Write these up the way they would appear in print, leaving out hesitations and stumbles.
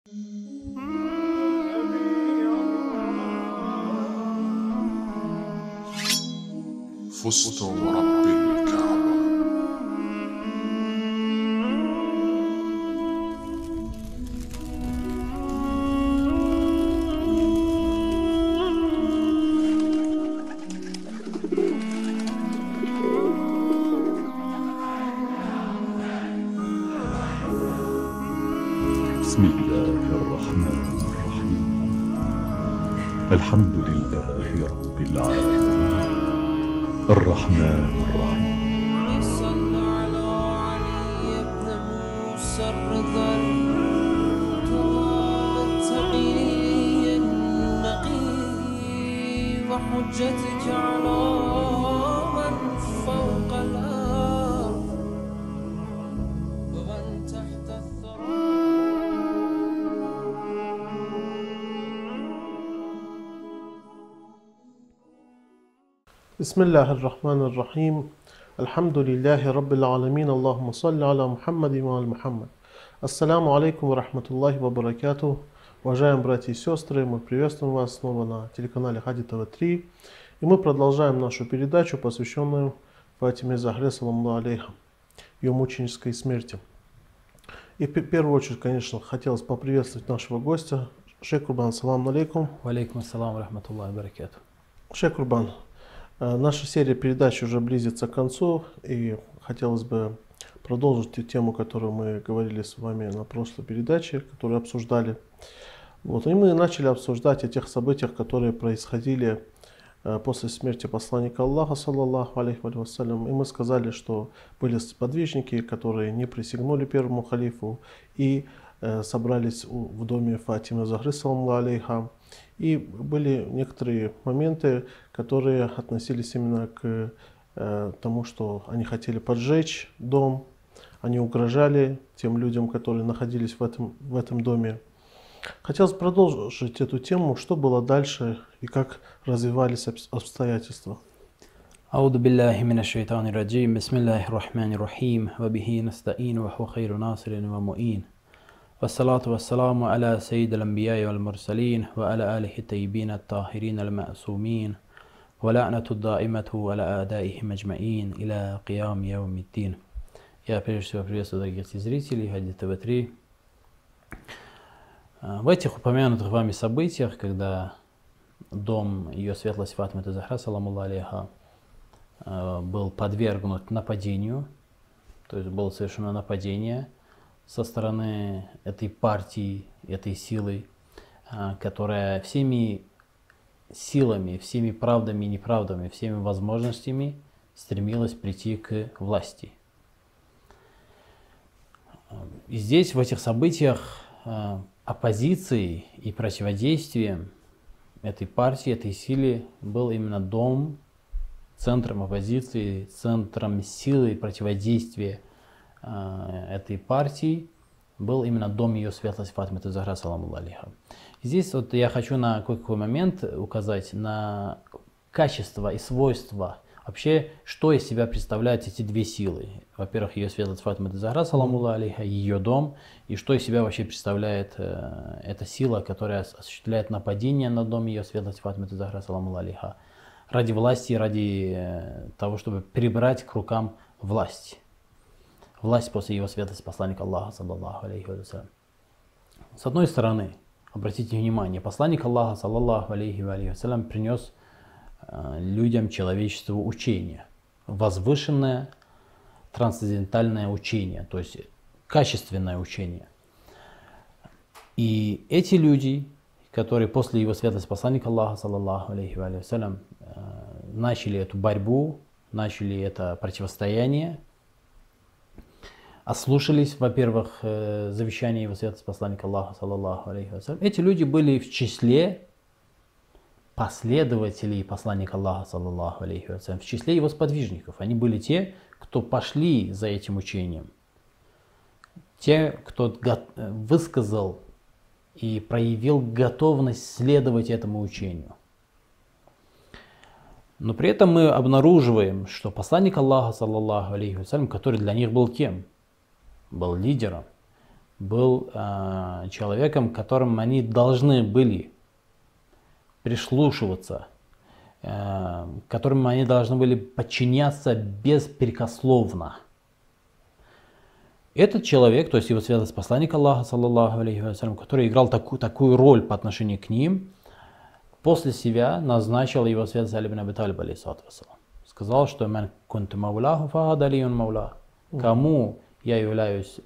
فزت ورب الكعبة. بسم الله الرحمن الرحيم. الحمد لله رب العالمين الرحمن الرحيم. صلى على علي بن موسى الرضا التقي النقي وحجتك على من فوق الأرض ومن تحت الثرى. بسم الله الرحمن الرحيم. الحمد لله رب العالمين. اللهم صل على محمد وعلى محمد. Ассаламу алейкум ва рахматуллахи ва баракатух. Уважаемые братья и сестры, мы приветствуем вас снова на телеканале Хади ТВ3. И мы продолжаем нашу передачу, посвященную Фатиме Захре, саламу алейха, ее мученической смерти. И в первую очередь, конечно, хотелось поприветствовать нашего гостя. Шейх Курбан, саламу алейкум. Валейкум ассалам рахматуллахи баракату. Шейх Курбан, наша серия передач уже близится к концу, и хотелось бы продолжить ту тему, которую мы говорили с вами на прошлой передаче, которую обсуждали. И мы начали обсуждать о тех событиях, которые происходили после смерти посланника Аллаха, саллаллаху алейхи ва саллям. И мы сказали, что были сподвижники, которые не присягнули первому халифу и собрались в доме Фатимы Захры, саламу алейха. И были некоторые моменты, которые относились именно к тому, что они хотели поджечь дом, они угрожали тем людям, которые находились в этом доме. Хотелось продолжить эту тему, что было дальше и как развивались обстоятельства. Ауду биллахи минаш шайтанир раджим. Бисмиллахир рахманир рахим. Ва бихи настаин ва хуа хайру насирин ва муин. Вассалату вассаламу аля саййидил анбияи вал мурсалин ва аля алихи таyyibin ат-tahhirin al-ma'sumin. Ва ла'нату даимату аля адаихим аджмаин иля қиям яумиддин. Я прежде всего приветствую дорогих зрителей Хади ТВ3. В этих упомянутых вами событиях, когда дом ее светлость Фатимы Захра, саламу алейха, был подвергнут нападению, то есть было совершено нападение со стороны этой партии, этой силы, которая всеми силами, всеми правдами и неправдами, всеми возможностями стремилась прийти к власти. И здесь, в этих событиях, оппозицией и противодействием этой партии, этой силе был именно дом, центром оппозиции, центром силы и противодействия этой партии был именно дом ее светлости Фатимы Захра, саламу алейха. Здесь вот я хочу на какой момент указать на качество и свойства, вообще, что из себя представляют эти две силы. Во-первых, ее светлость Фатима Захра, саламу алейха, ее дом, и что из себя вообще представляет эта сила, которая осуществляет нападение на дом ее светлости Фатима Захра, саламу алейха, ради власти, ради того, чтобы прибрать к рукам власть. Власть после его светлости посланника Аллаха, саллаллаху алейхи ва саллям. С одной стороны, обратите внимание, посланник Аллаха, саллаллаху алейхи ва саллям, принес людям, человечеству учение, возвышенное трансцендентальное учение, то есть качественное учение. И эти люди, которые после его светлости посланника Аллаха, саллаллаху алейхи ва саллям, начали эту борьбу, начали это противостояние, ослушались, во-первых, завещания его светлости посланника Аллаха, саллаллаху алейхи ва саллям. Эти люди были в числе последователей посланника Аллаха, саллаллаху алейхи ва саллям, в числе его сподвижников. Они были те, кто пошли за этим учением, те, кто высказал и проявил готовность следовать этому учению. Но при этом мы обнаруживаем, что посланник Аллаха, саллаллаху алейхи ва саллям, который для них был кем? Был лидером, был человеком, которым они должны были прислушиваться, которым они должны были подчиняться беспрекословно. Этот человек, то есть его святость посланник Аллаха, саллаллаху алейхи вассалям, который играл такую роль по отношению к ним, после себя назначил его святость Али ибн Аби Талиб, алейхиссалату вассалам. Сказал, что «Ман кунту мауляху фахад алиюн мауля». Кому я являюсь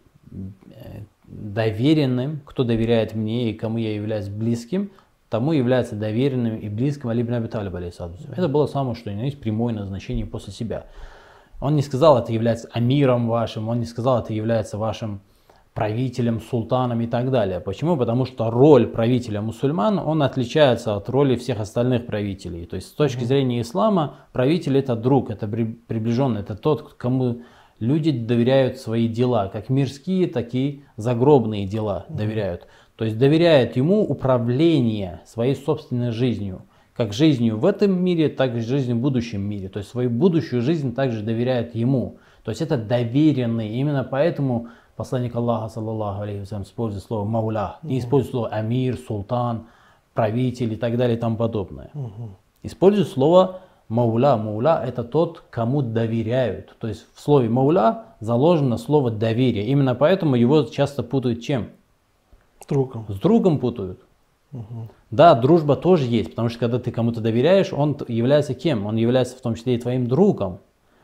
доверенным, кто доверяет мне и кому я являюсь близким, тому является доверенным и близким Али ибн Аби Талиб, алейхиссалату вассалам. Это было самое, что есть прямое назначение после себя. Он не сказал, это является амиром вашим, он не сказал, это является вашим правителем, султаном и так далее. Почему? Потому что роль правителя мусульман, он отличается от роли всех остальных правителей. То есть с точки зрения ислама, правитель это друг, это приближенный, это тот, кому люди доверяют свои дела, как мирские, так и загробные дела доверяют. То есть доверяют ему управление своей собственной жизнью. Как жизнью в этом мире, так и жизнью в будущем мире. То есть свою будущую жизнь также доверяют ему. То есть это доверенный. Именно поэтому посланник Аллаха, саллаллаху алейхи вассалям, использует слово мауля. Не использует слово амир, султан, правитель и так далее и тому подобное. Использует слово мауля. Мауля это тот, кому доверяют. То есть в слове мауля заложено слово доверие. Именно поэтому его часто путают чем? Другом. С другом путают. Да, дружба тоже есть, потому что когда ты кому-то доверяешь, он является кем? Он является в том числе и твоим другом.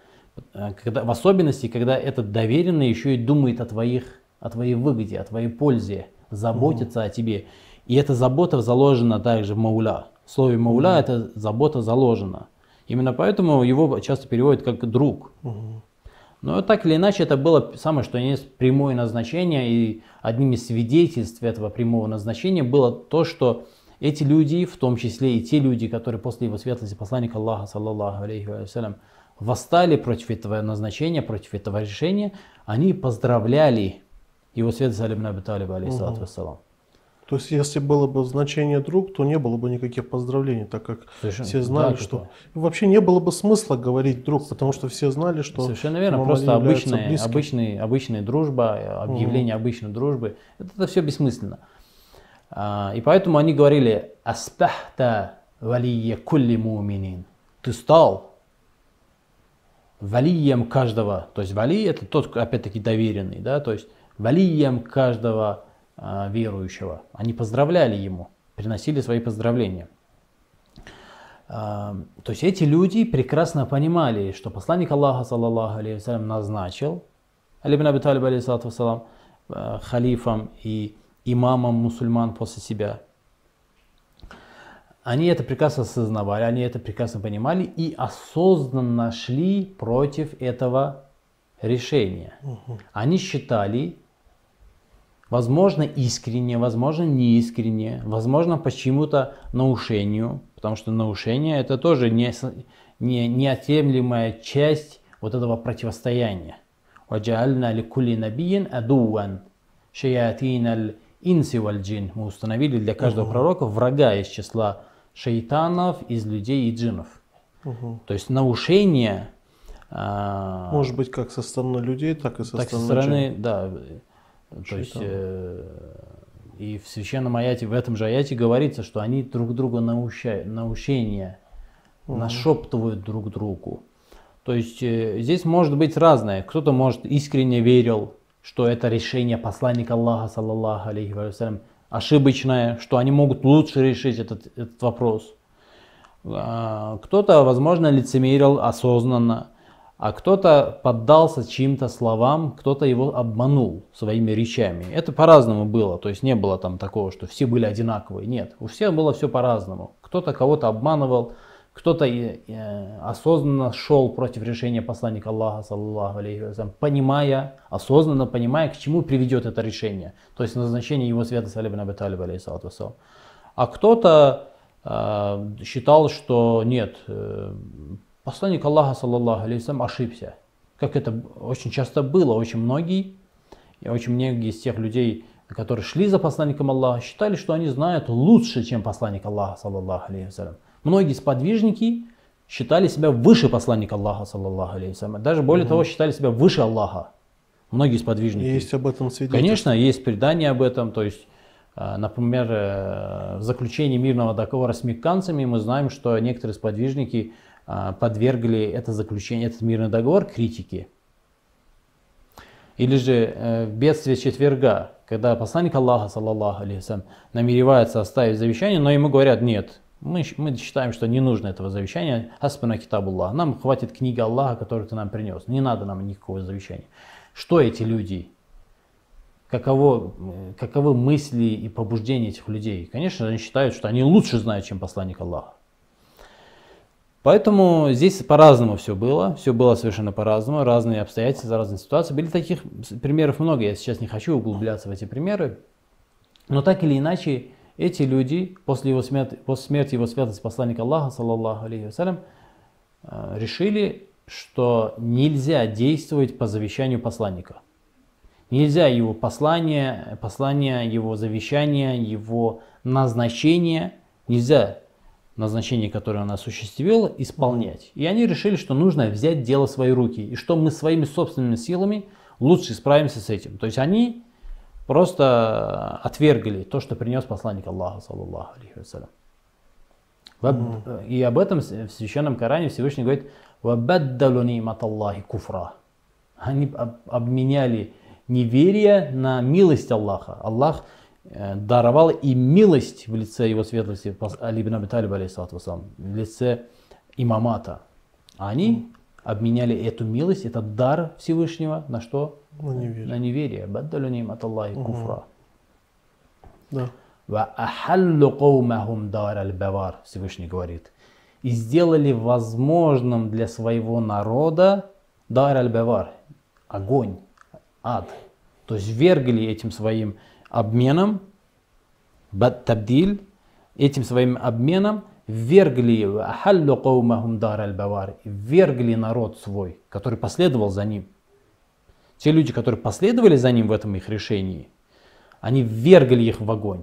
В особенности, когда этот доверенный еще и думает о твоей выгоде, о твоей пользе, заботится о тебе. И эта забота заложена также в мауля. В слове мауля эта забота заложена. Именно поэтому его часто переводят как друг. Но так или иначе, это было самое, что есть прямое назначение, и одним из свидетельств этого прямого назначения было то, что эти люди, в том числе и те люди, которые после его светлости посланника Аллаха, саллаллаху алейхи вассалям, восстали против этого назначения, против этого решения, они поздравляли его светлость Али ибн Аби Талиб, алейхиссалату вассалам. То есть, если было бы значение друг, то не было бы никаких поздравлений, так как все знали, да, что... Вообще не было бы смысла говорить друг, потому что все знали, что... Совершенно верно, просто обычная дружба, объявление обычной дружбы, это все бессмысленно. И поэтому они говорили «Аспахта валия кулли муминин». Ты стал валием каждого, то есть вали это тот, опять-таки, доверенный, да, то есть валием каждого верующего. Они поздравляли ему, приносили свои поздравления. То есть эти люди прекрасно понимали, что посланник Аллаха, саллаллаху алейхи вассалям, назначил Али ибн Аби Талиб, алейхиссалату вассалам, халифом и имамом мусульман после себя. Они это прекрасно осознавали, они это прекрасно понимали и осознанно шли против этого решения. Они считали, возможно искренне, возможно неискренне, возможно почему-то наушению, потому что наушение это тоже неотъемлемая часть вот этого противостояния. وَجَعَلْنَا لِكُلِّ نَبِيٍّ عَدُوًّا شَيَاطِينَ الْإِنْسِ وَالْجِنِّ. Мы установили для каждого пророка врага из числа шайтанов, из людей и джиннов. То есть наушение может быть как со стороны людей, так и со стороны, да. То есть, и в священном аяте, в этом же аяте говорится, что они друг друга наущение, нашептывают друг другу. То есть здесь может быть разное. Кто-то может искренне верил, что это решение посланника Аллаха, саллаллаху алейхи вассалям, ошибочное, что они могут лучше решить этот вопрос. Кто-то, возможно, лицемерил осознанно. А кто-то поддался чьим-то словам, кто-то его обманул своими речами. Это по-разному было, то есть не было там такого, что все были одинаковые. Нет, у всех было все по-разному. Кто-то кого-то обманывал, кто-то осознанно шел против решения посланника Аллаха, саллаллаху алейхи вассалям, осознанно понимая, к чему приведет это решение. То есть назначение его святости Али ибн Аби Талиб, алейхиссалату вассалам. А кто-то считал, что нет, посланник Аллаха, саллаллаху алейхи вассалям, ошибся. Как это очень часто было. Очень многие из тех людей, которые шли за посланником Аллаха, считали, что они знают лучше, чем посланник Аллаха, саллаллаху алейхи вассалям. Многие сподвижники считали себя выше посланника Аллаха, саллаллаху алейхи вассалям. Даже более того, считали себя выше Аллаха. Многие сподвижники. Есть об этом свидетельство? Конечно, есть предания об этом. То есть, например, в заключении мирного договора с мекканцами мы знаем, что некоторые сподвижники подвергли это заключение, этот мирный договор критике. Или же в бедствие четверга, когда посланник Аллаха, саллаллаху алейхи вассалям, намеревается оставить завещание, но ему говорят: нет, мы считаем, что не нужно этого завещания, аспана китабуллах, нам хватит книга Аллаха, которую ты нам принес, не надо нам никакого завещания. Что эти люди? Каковы мысли и побуждения этих людей? Конечно, они считают, что они лучше знают, чем посланник Аллаха. Поэтому здесь по-разному все было совершенно по-разному, разные обстоятельства, разные ситуации. Были таких примеров много, я сейчас не хочу углубляться в эти примеры, но так или иначе, эти люди после смерти его святости посланника Аллаха, саллаллаху алейхи вассалям, решили, что нельзя действовать по завещанию посланника. Нельзя его послание, его завещание, его назначение, нельзя назначение, которое он осуществил, исполнять. И они решили, что нужно взять дело в свои руки, и что мы своими собственными силами лучше справимся с этим. То есть они просто отвергли то, что принес посланник Аллаха, саллаллаху алейхи вассалям. И об этом в Священном Коране Всевышний говорит: «Вабаддалу ниматаллахи куфра». Они обменяли неверие на милость Аллаха. Аллах даровал им милость в лице его светлости Али ибн Аби Талиба, в лице имамата. А они обменяли эту милость, этот дар Всевышнего на что? На неверие. На неверие. Баддалу ниматаллахи куфра. Да. «Ва-ахаллу каумахум дар аль-бавар», Всевышний говорит, и сделали возможным для своего народа дар аль-бавар, огонь, ад. То есть ввергли этим своим обменом, бат-табдиль, этим своим обменом ввергли «ахаллу каумахум дар аль-бавар», ввергли народ свой, который последовал за ним. Те люди, которые последовали за ним в этом их решении, они ввергли их в огонь.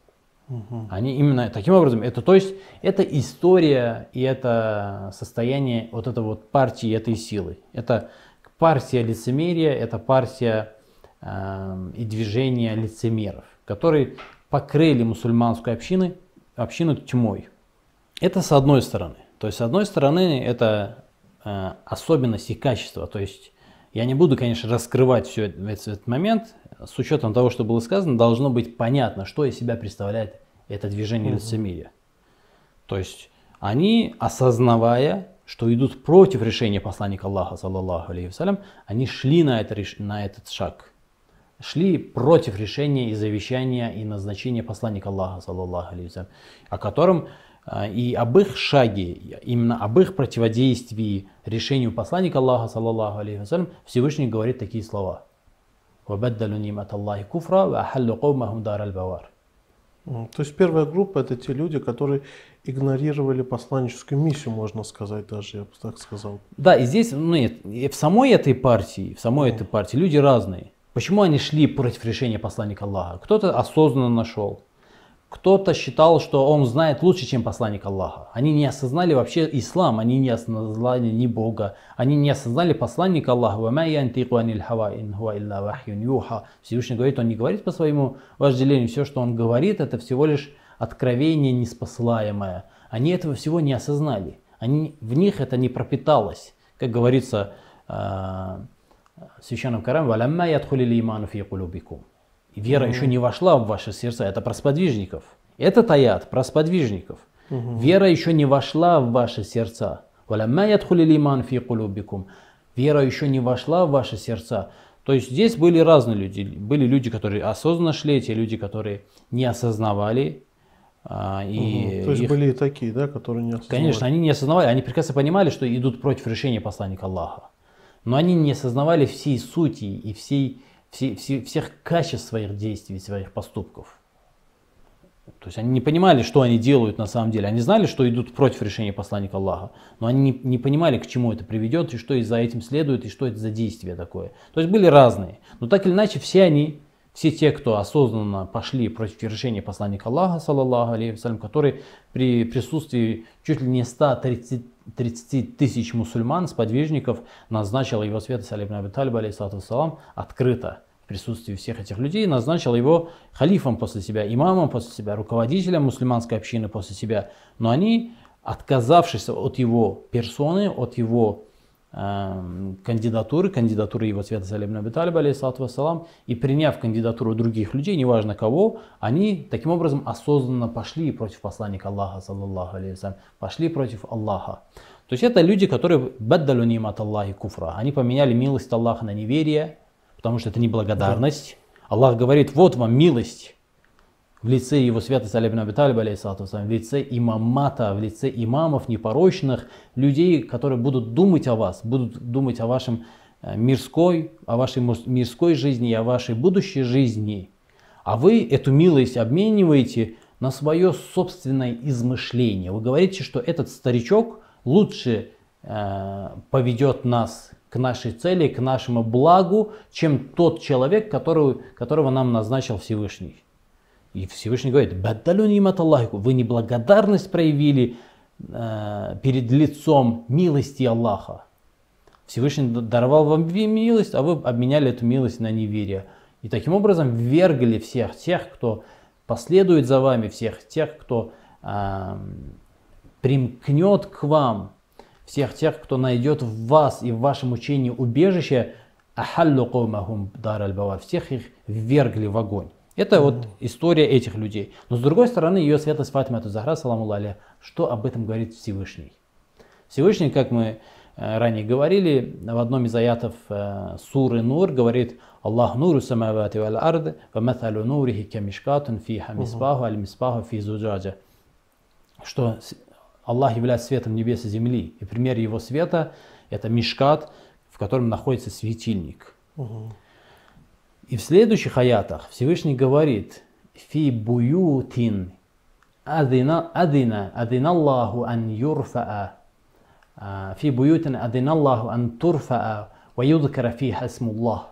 Они именно таким образом, то есть это история и это состояние вот этой вот партии, этой силы. Это партия лицемерия, это партия и движение лицемеров, которые покрыли мусульманскую общину тьмой. Это с одной стороны. То есть с одной стороны это особенности качества. То есть я не буду, конечно, раскрывать все этот момент. С учетом того, что было сказано, должно быть понятно, что из себя представляет это движение лицемерия. То есть они, осознавая, что идут против решения посланника Аллаха, саллаллаху алейхи вассалям, они шли на этот шаг. Шли против решения и завещания и назначения посланника Аллаха, саллаллаху алейхи вассалям, о котором и об их шаге, именно об их противодействии решению посланника Аллаха, саллаллаху алейхи вассалям, Всевышний говорит такие слова: «Вабаддалу ниматаллахи куфра ва ахаллу каумахум дар аль-бавар». То есть первая группа — это те люди, которые игнорировали посланническую миссию, можно сказать, даже, я бы так сказал. Да, и здесь, и в самой этой партии люди разные. Почему они шли против решения посланника Аллаха? Кто-то осознанно нашел, кто-то считал, что он знает лучше, чем посланник Аллаха. Они не осознали вообще ислам, они не осознали ни Бога, они не осознали посланника Аллаха. Всевышний говорит, он не говорит по своему вожделению, все, что он говорит, это всего лишь откровение неспосылаемое. Они этого всего не осознали, в них это не пропиталось. Как говорится в Священном Коране: вера еще не вошла в ваши сердца. Это про сподвижников. Этот аят про сподвижников. Вера еще не вошла в ваши сердца. Вера еще не вошла в ваши сердца. То есть здесь были разные люди. Были люди, которые осознанно шли, те люди, которые не осознавали. То есть были и такие, да, которые не осознавали. Конечно, они не осознавали. Они прекрасно понимали, что идут против решения посланника Аллаха. Но они не осознавали всей сути и всех качеств своих действий, своих поступков. То есть они не понимали, что они делают на самом деле. Они знали, что идут против решения посланника Аллаха, но они не понимали, к чему это приведет, и что за этим следует, и что это за действие такое. То есть были разные. Но так или иначе, все они Все те, кто осознанно пошли против решения посланника Аллаха, саллаллаху алейхи вассалям, который при присутствии чуть ли не 130 тысяч мусульман, сподвижников, назначил его святость Али ибн Аби Талиб, алейхиссалату вассалам, открыто в присутствии всех этих людей, назначил его халифом после себя, имамом после себя, руководителем мусульманской общины после себя. Но они, отказавшись от его персоны, от его кандидатуры его святости Али ибн Аби Талиба, алейхиссалату вассалам, и приняв кандидатуру других людей, неважно кого, они таким образом осознанно пошли против посланника Аллаха, саллаллаху алейхи вассалям, пошли против Аллаха. То есть это люди, которые баддалу нимат Аллахи куфра, они поменяли милость Аллаха на неверие, потому что это неблагодарность. Аллах говорит: вот вам милость в лице его святости Али ибн Аби Талиба, алейхиссалату вассалам, в лице имамата, в лице имамов непорочных, людей, которые будут думать о вас, будут думать о вашей мирской жизни и о вашей будущей жизни. А вы эту милость обмениваете на свое собственное измышление. Вы говорите, что этот старичок лучше поведет нас к нашей цели, к нашему благу, чем тот человек, которого нам назначил Всевышний. И Всевышний говорит: «Баддалу нимат Аллахи», вы неблагодарность проявили перед лицом милости Аллаха. Всевышний даровал вам милость, а вы обменяли эту милость на неверие. И таким образом ввергли всех тех, кто последует за вами, всех тех, кто примкнет к вам, всех тех, кто найдет в вас и в вашем учении убежище, ахаллу каумахум дар аль-бавар, всех их ввергли в огонь. Это вот история этих людей. Но с другой стороны, ее святость Фатима ат-Захра, саламу алейха, что об этом говорит Всевышний? Всевышний, как мы ранее говорили, в одном из аятов суры Нур говорит: Аллах нуру самавати вал арды, ва маталу нурихи камишкатун фиха мисбаху аль мисбаху фи зуджаджа. Что Аллах является светом небес и земли. И пример его света — это мишкат, в котором находится светильник. И в следующих аятах Всевышний говорит: «Фи буютин адина Аллаху ан юрфаа, фи буютин адина Аллаху ан турфаа, ва юдкара фиха смуллах».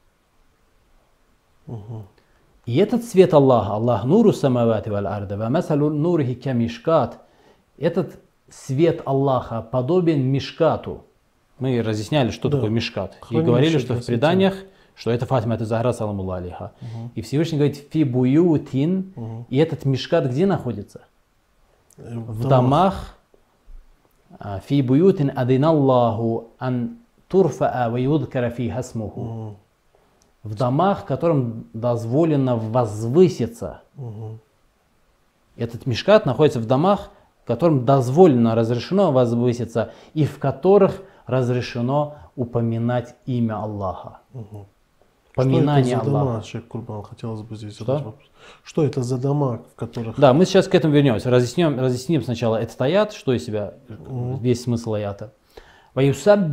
И этот свет Аллаха, Аллах нуру самавати вал арда, ва масалу нурихи камишкат, этот свет Аллаха подобен мишкату. Мы разъясняли, что такое мишкат. И говорили, что в преданиях, что это Фатима ат-Захра, саламу алейха. И Всевышний говорит: фи буютин. И этот мишкат где находится? В домах. Фи буютин адиналлаху ан турфаа ва юдкара фиха смуху. В домах, которым дозволено возвыситься. Этот мишкат находится в домах, которым дозволено, разрешено возвыситься, и в которых разрешено упоминать имя Аллаха. Поминание Аллаха. Что это за дома, шейх Курбан? Хотелось бы здесь задать вопрос. Что это за дома, в которых... Да, мы сейчас к этому вернемся. Разъясним сначала этот аят, что из себя, весь смысл аята. И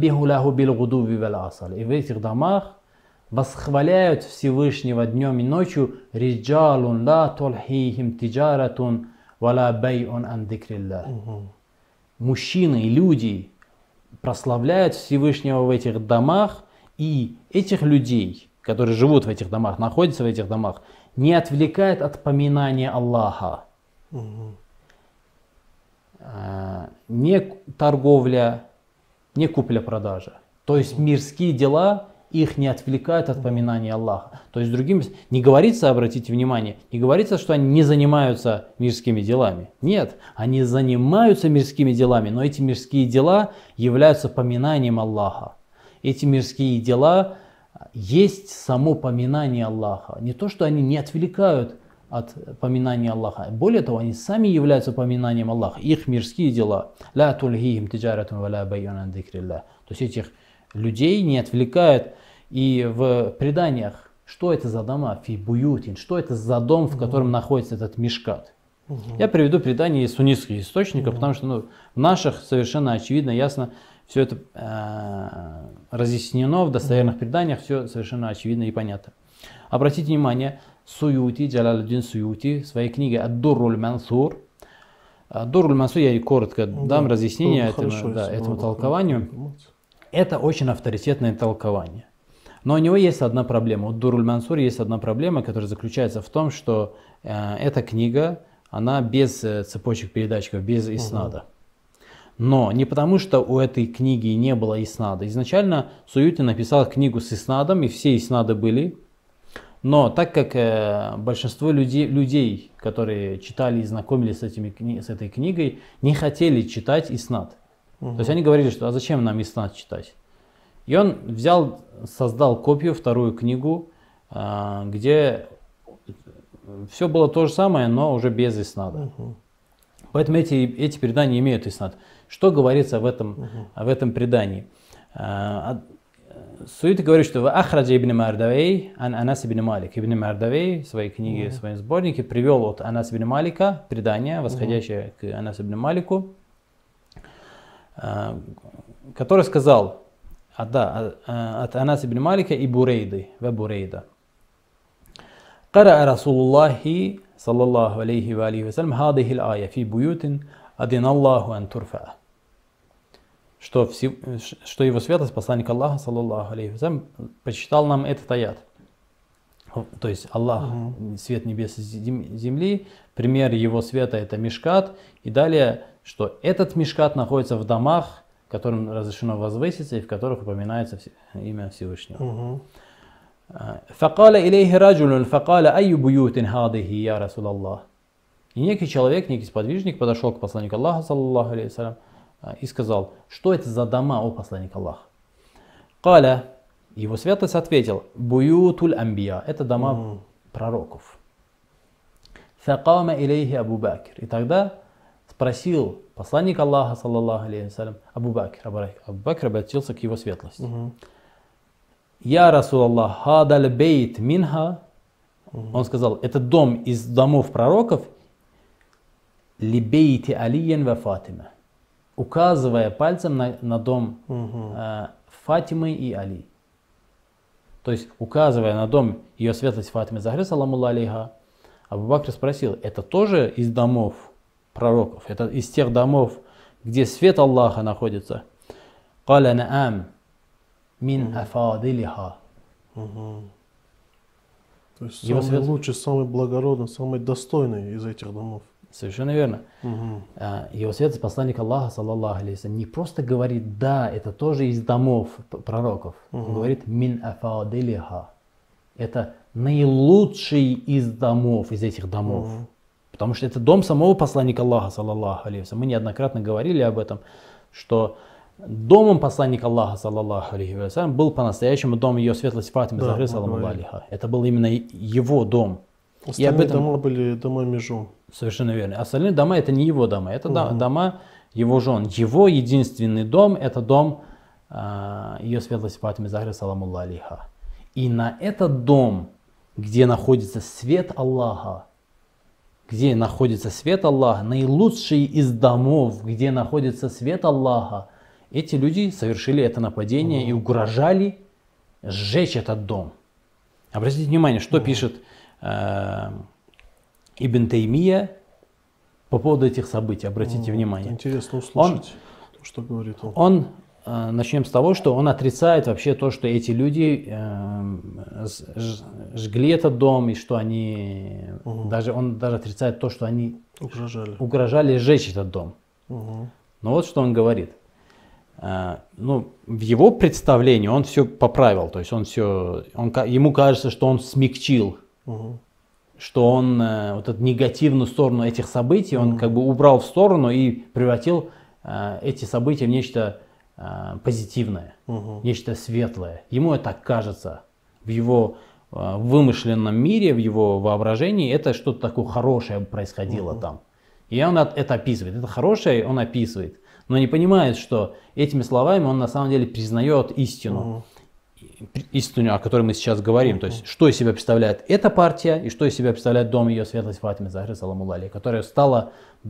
в этих домах восхваляют Всевышнего днем и ночью риджалун ла тулхихим тиджаратун вала байун ан дикриллах. Мужчины и люди прославляют Всевышнего в этих домах, и этих людей, которые живут в этих домах, находятся в этих домах, не отвлекает от поминания Аллаха. Не торговля, не купля-продажа. То есть мирские дела их не отвлекают от поминания Аллаха. То есть другим не говорится, обратите внимание, не говорится, что они не занимаются мирскими делами. Нет, они занимаются мирскими делами, но эти мирские дела являются поминанием Аллаха. Эти мирские дела есть само поминание Аллаха. Не то, что они не отвлекают от поминания Аллаха. Более того, они сами являются поминанием Аллаха. Их мирские дела. То есть этих людей не отвлекают. И в преданиях, что это за дома? Фи буютин. Что это за дом, в котором находится этот мишкат? Я приведу предание из суннитских источников, потому что в наших совершенно очевидно, ясно, все это разъяснено в достоверных преданиях, все совершенно очевидно и понятно. Обратите внимание, Суюти, Джалалуддин Суюти, в своей книге Ад-Дурруль Мансур. Ад-Дурруль Мансур, я коротко дам разъяснение этому толкованию. Это очень авторитетное толкование. Но у него есть одна проблема. У Дуруль Мансур есть одна проблема, которая заключается в том, что эта книга, она без цепочек передатчиков, без иснада. Но не потому, что у этой книги не было иснада. Изначально Суюти написал книгу с иснадом, и все иснады были. Но так как большинство людей, которые читали и знакомились с этой книгой, не хотели читать иснад. То есть они говорили, что а зачем нам иснад читать? И он создал копию, вторую книгу, где все было то же самое, но уже без иснада. Поэтому эти предания имеют иснад. Что говорится в этом предании? Суюти говорит, что Ахраджа ибн Мардавей ан Анас ибн Малик. Ибн Мардавей в своей книге, в своем сборнике привел от Анас ибн Малика предание, восходящее к Анас ибн Малику, который сказал от Анас ибн Малика и Бурейды, Бурейда. قرأ رسول الله صلى الله عليه وآله وسلم هذه الآية في بيوت أذن الله أن ترفع. Что его светлость, посланник Аллаха, саллаллаху алейхи вассалям, почитал нам этот аят. То есть Аллах, свет небес и земли, пример его света это мишкат. И далее, что этот мишкат находится в домах, которым разрешено возвыситься и в которых упоминается имя Всевышнего. فقال إليه رجل فقال أي بيوت هذه يا رسول الله. И некий человек, некий сподвижник подошел к посланнику Аллаха, саллаллаху алейхи вассалям, и сказал, что это за дома, о посланник Аллаха? Каля, его светлость ответил, буютуль амбия, это дома пророков. Факама илейхи Абу Бакр. И тогда спросил посланник Аллаха, саллаллаху алейхи вассалям, Абу Бакр. Абу Бакр обратился к его светлости. Я Расулаллах, хадаль бейт минха. Он сказал, это дом из домов пророков, либейти алиен ва Фатима, указывая пальцем на дом Фатимы и Али. То есть, указывая на дом ее светлость Фатимы Захры, саламулла алейха, Абу Бакр спросил, это тоже из домов пророков? Это из тех домов, где свет Аллаха находится? Каля наам мин афадилиха. То есть самый лучший, самый благородный, самый достойный из этих домов. Совершенно верно. Его светлость, посланник Аллаха, саллаллаху алейхи вассалям, не просто говорит, да, это тоже из домов пророков. Он говорит, мин афадилиха. Это наилучший из домов, из этих домов. Потому что это дом самого посланника Аллаха, саллаллаху алейхи вассалям. Мы неоднократно говорили об этом, что домом посланника Аллаха, саллаллаху алейхи вассалям, был по-настоящему дом ее светлости Фатимы Захры, саламулла алейха. Это был именно его дом. Остальные дома были домами жен. Совершенно верно. Остальные дома это не его дома, это дома его жен. Его единственный дом это дом ее светлости Фатимы Захры, саламулла алейха. И на этот дом, где находится свет Аллаха, наилучший из домов, где находится свет Аллаха, эти люди совершили это нападение и угрожали сжечь этот дом. Обратите внимание, что пишет Ибн Таймия по поводу этих событий. Обратите внимание. Интересно услышать, что говорит он. Он, начнем с того, что он отрицает вообще то, что эти люди жгли этот дом, и что они, он даже отрицает то, что они угрожали сжечь этот дом. Но вот что он говорит. В его представлении он все поправил, то есть ему кажется, что он смягчил, что он вот эту негативную сторону этих событий, он как бы убрал в сторону и превратил эти события в нечто позитивное, нечто светлое. Ему это кажется в его вымышленном мире, в его воображении, это что-то такое хорошее происходило там. И он это описывает, это хорошее он описывает. Но не понимает, что этими словами он на самом деле признает истину, о которой мы сейчас говорим. То есть, что из себя представляет эта партия и что из себя представляет дом ее светлости Фатимы Захры, саламулла алейха, который стал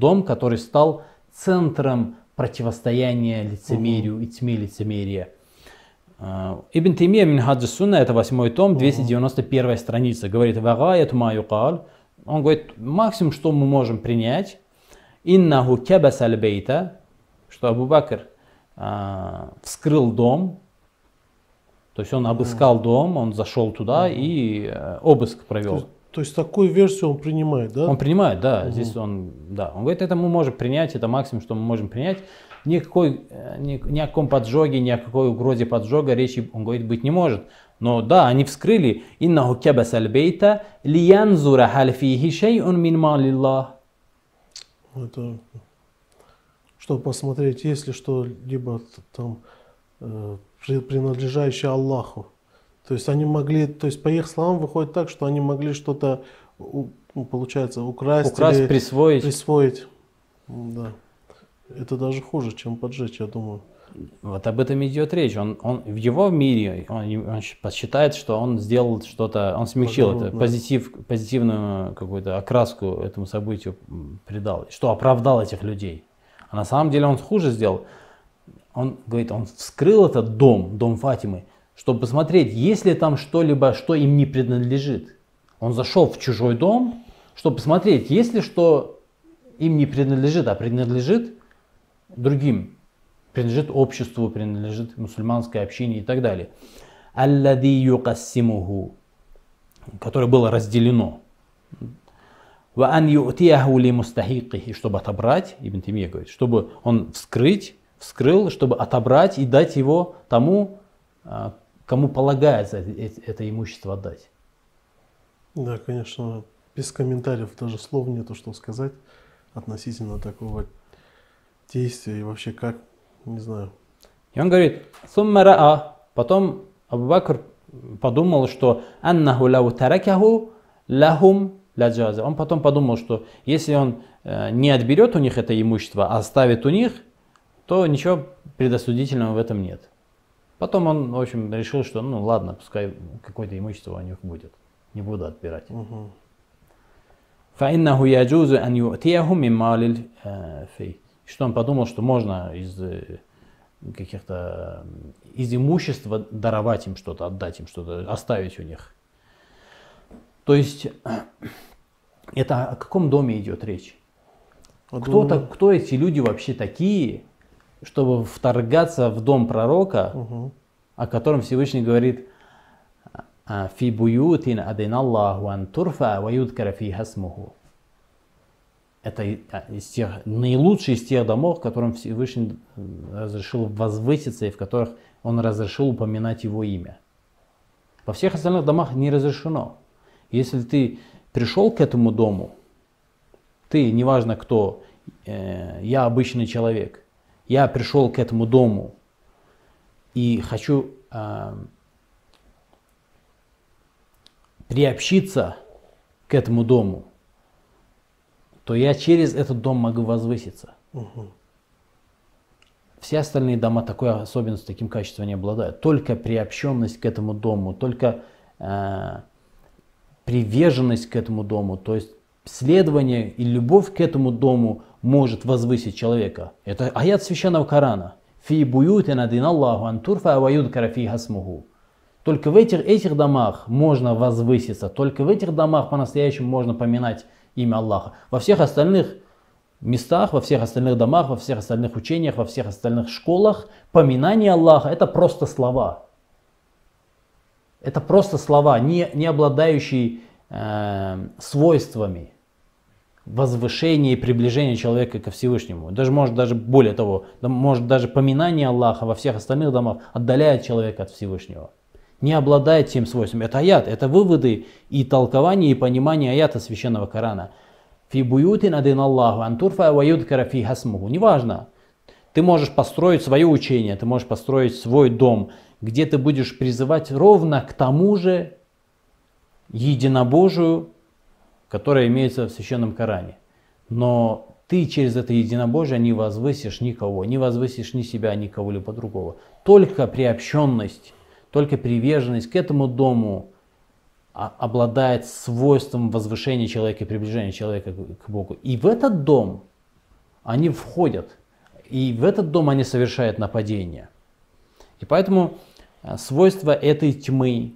центром противостояния лицемерию и тьме лицемерия. Ибн Таймия Минхадж ас-Сунна, это 8-й том, 291 страница, говорит, он говорит, максимум, что мы можем принять, иннаху кабас аль-бейта, что Абу Бакр вскрыл дом, То есть он обыскал дом, он зашел туда и обыск провел. То есть такую версию он принимает, да? Он принимает, да. Здесь он говорит, это мы можем принять, это максимум, что мы можем принять. Ни о каком поджоге, ни о какой угрозе поджога речи, он говорит, быть не может. Но да, они вскрыли. «Иннаху кябасаль бейта лиянзура халь фихи шей'ун мин малиллах». Это чтобы посмотреть, есть ли что-либо там принадлежащее Аллаху. То есть они могли, то есть по их словам выходит так, что они могли что-то, получается, украсть или присвоить. Да. Это даже хуже, чем поджечь, я думаю. Вот об этом идет речь. Он в его мире, он считает, что он сделал что-то, он смягчил это, позитивную какую-то окраску этому событию придал, что оправдал этих людей. А на самом деле он хуже сделал. Он говорит, он вскрыл этот дом Фатимы, чтобы посмотреть, есть ли там что-либо, что им не принадлежит. Он зашел в чужой дом, чтобы посмотреть, есть ли что им не принадлежит, а принадлежит другим. Принадлежит обществу, принадлежит мусульманской общине и так далее. Аллади юкассимуху, которое было разделено. Ва ан ю'тияху ли мустахикихи, чтобы отобрать, Ибн Таймия говорит, чтобы он вскрыл, чтобы отобрать и дать его тому, кому полагается это имущество отдать. Да, конечно, без комментариев, даже слов нету, что сказать относительно такого действия и вообще как, не знаю. И он говорит, сумма ра'a, потом Абу Бакр подумал, что аннаху лау таракаху лахум ладжаза. Он потом подумал, что если он не отберет у них это имущество, а оставит у них, то ничего предосудительного в этом нет. Потом он, в общем, решил, что ну ладно, пускай какое-то имущество у них будет. Не буду отбирать. Фаиннаху яджузу ан ю'тияху мин малил фей. Что он подумал, что можно из имущества даровать им что-то, отдать им что-то, оставить у них. То есть, это о каком доме идет речь? Кто эти люди вообще такие, чтобы вторгаться в дом пророка, о котором Всевышний говорит, «Фи буютин адиналлаху ан турфа ва юдкара фиха смуху». Это наилучший из тех домов, в котором Всевышний разрешил возвыситься и в которых он разрешил упоминать его имя. Во всех остальных домах не разрешено. Если ты пришел к этому дому, ты, неважно кто, я обычный человек, я пришел к этому дому и хочу приобщиться к этому дому, то я через этот дом могу возвыситься. Все остальные дома такой особенностью, таким качеством не обладают. Только приобщенность к этому дому, только приверженность к этому дому, то есть следование и любовь к этому дому может возвысить человека. Это аят священного Корана. Фи буютин адиналлаху ан турфа ва юдкара фиха смуху. Только в этих домах можно возвыситься, только в этих домах по-настоящему можно поминать имя Аллаха. Во всех остальных местах, во всех остальных домах, во всех остальных учениях, во всех остальных школах поминание Аллаха это просто слова. Это просто слова, не обладающие свойствами возвышения и приближения человека ко Всевышнему. Даже более того, может даже поминание Аллаха во всех остальных домах отдаляет человека от Всевышнего. Не обладает тем свойством. Это аят, это выводы и толкование и понимание аята священного Корана. Фи буютин адиналлаху ан турфа ва юдкара фиха смуху. Неважно. Ты можешь построить свое учение, ты можешь построить свой дом, где ты будешь призывать ровно к тому же единобожию, которое имеется в священном Коране. Но ты через это единобожие не возвысишь никого, не возвысишь ни себя, ни кого-либо другого. Только приобщенность, только приверженность к этому дому обладает свойством возвышения человека и приближения человека к Богу. И в этот дом они входят, и в этот дом они совершают нападение. И поэтому свойство этой тьмы,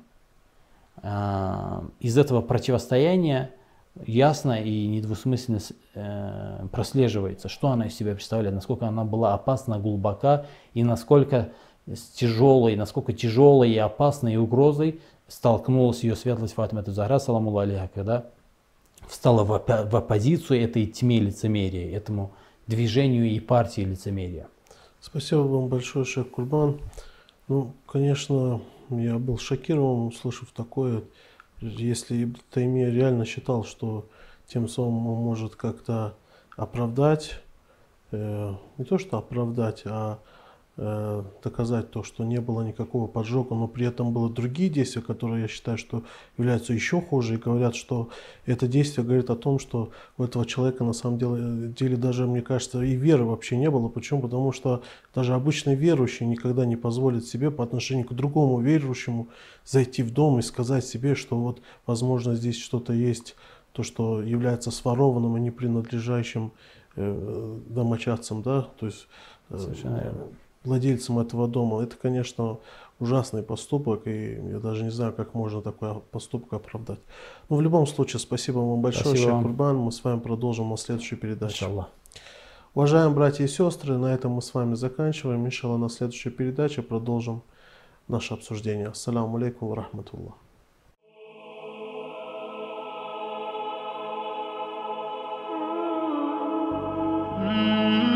из этого противостояния ясно и недвусмысленно прослеживается, что она из себя представляет, насколько она была опасна, глубока и насколько с тяжелой, насколько тяжелой и опасной угрозой столкнулась ее светлость Фатима Захра, саламу алейха, когда встала в оппозицию этой тьме лицемерия, этому движению и партии лицемерия. Спасибо вам большое, шейх Курбан. Ну, конечно, я был шокирован, услышав такое. Если Ибн Таймия реально считал, что тем самым он может как-то оправдать, не то что оправдать, а доказать то, что не было никакого поджога, но при этом было другие действия, которые я считаю, что являются еще хуже, и говорят, что это действие говорит о том, что у этого человека на самом деле даже, мне кажется, и веры вообще не было. Почему? Потому что даже обычный верующий никогда не позволит себе по отношению к другому верующему зайти в дом и сказать себе, что вот, возможно, здесь что-то есть, то, что является сворованным и не принадлежащим домочадцам, да, то есть Совершенно верно. владельцам этого дома. Это, конечно, ужасный поступок, и я даже не знаю, как можно такой поступок оправдать. Но в любом случае, спасибо вам большое, Спасибо шейх вам. Курбан. Мы с вами продолжим на следующей передаче. Иншаллах. Уважаемые братья и сестры, на этом мы с вами заканчиваем. Иншаллах, на следующей передаче продолжим наше обсуждение. Ассаламу алейкум ва рахматуллах. Mm-hmm.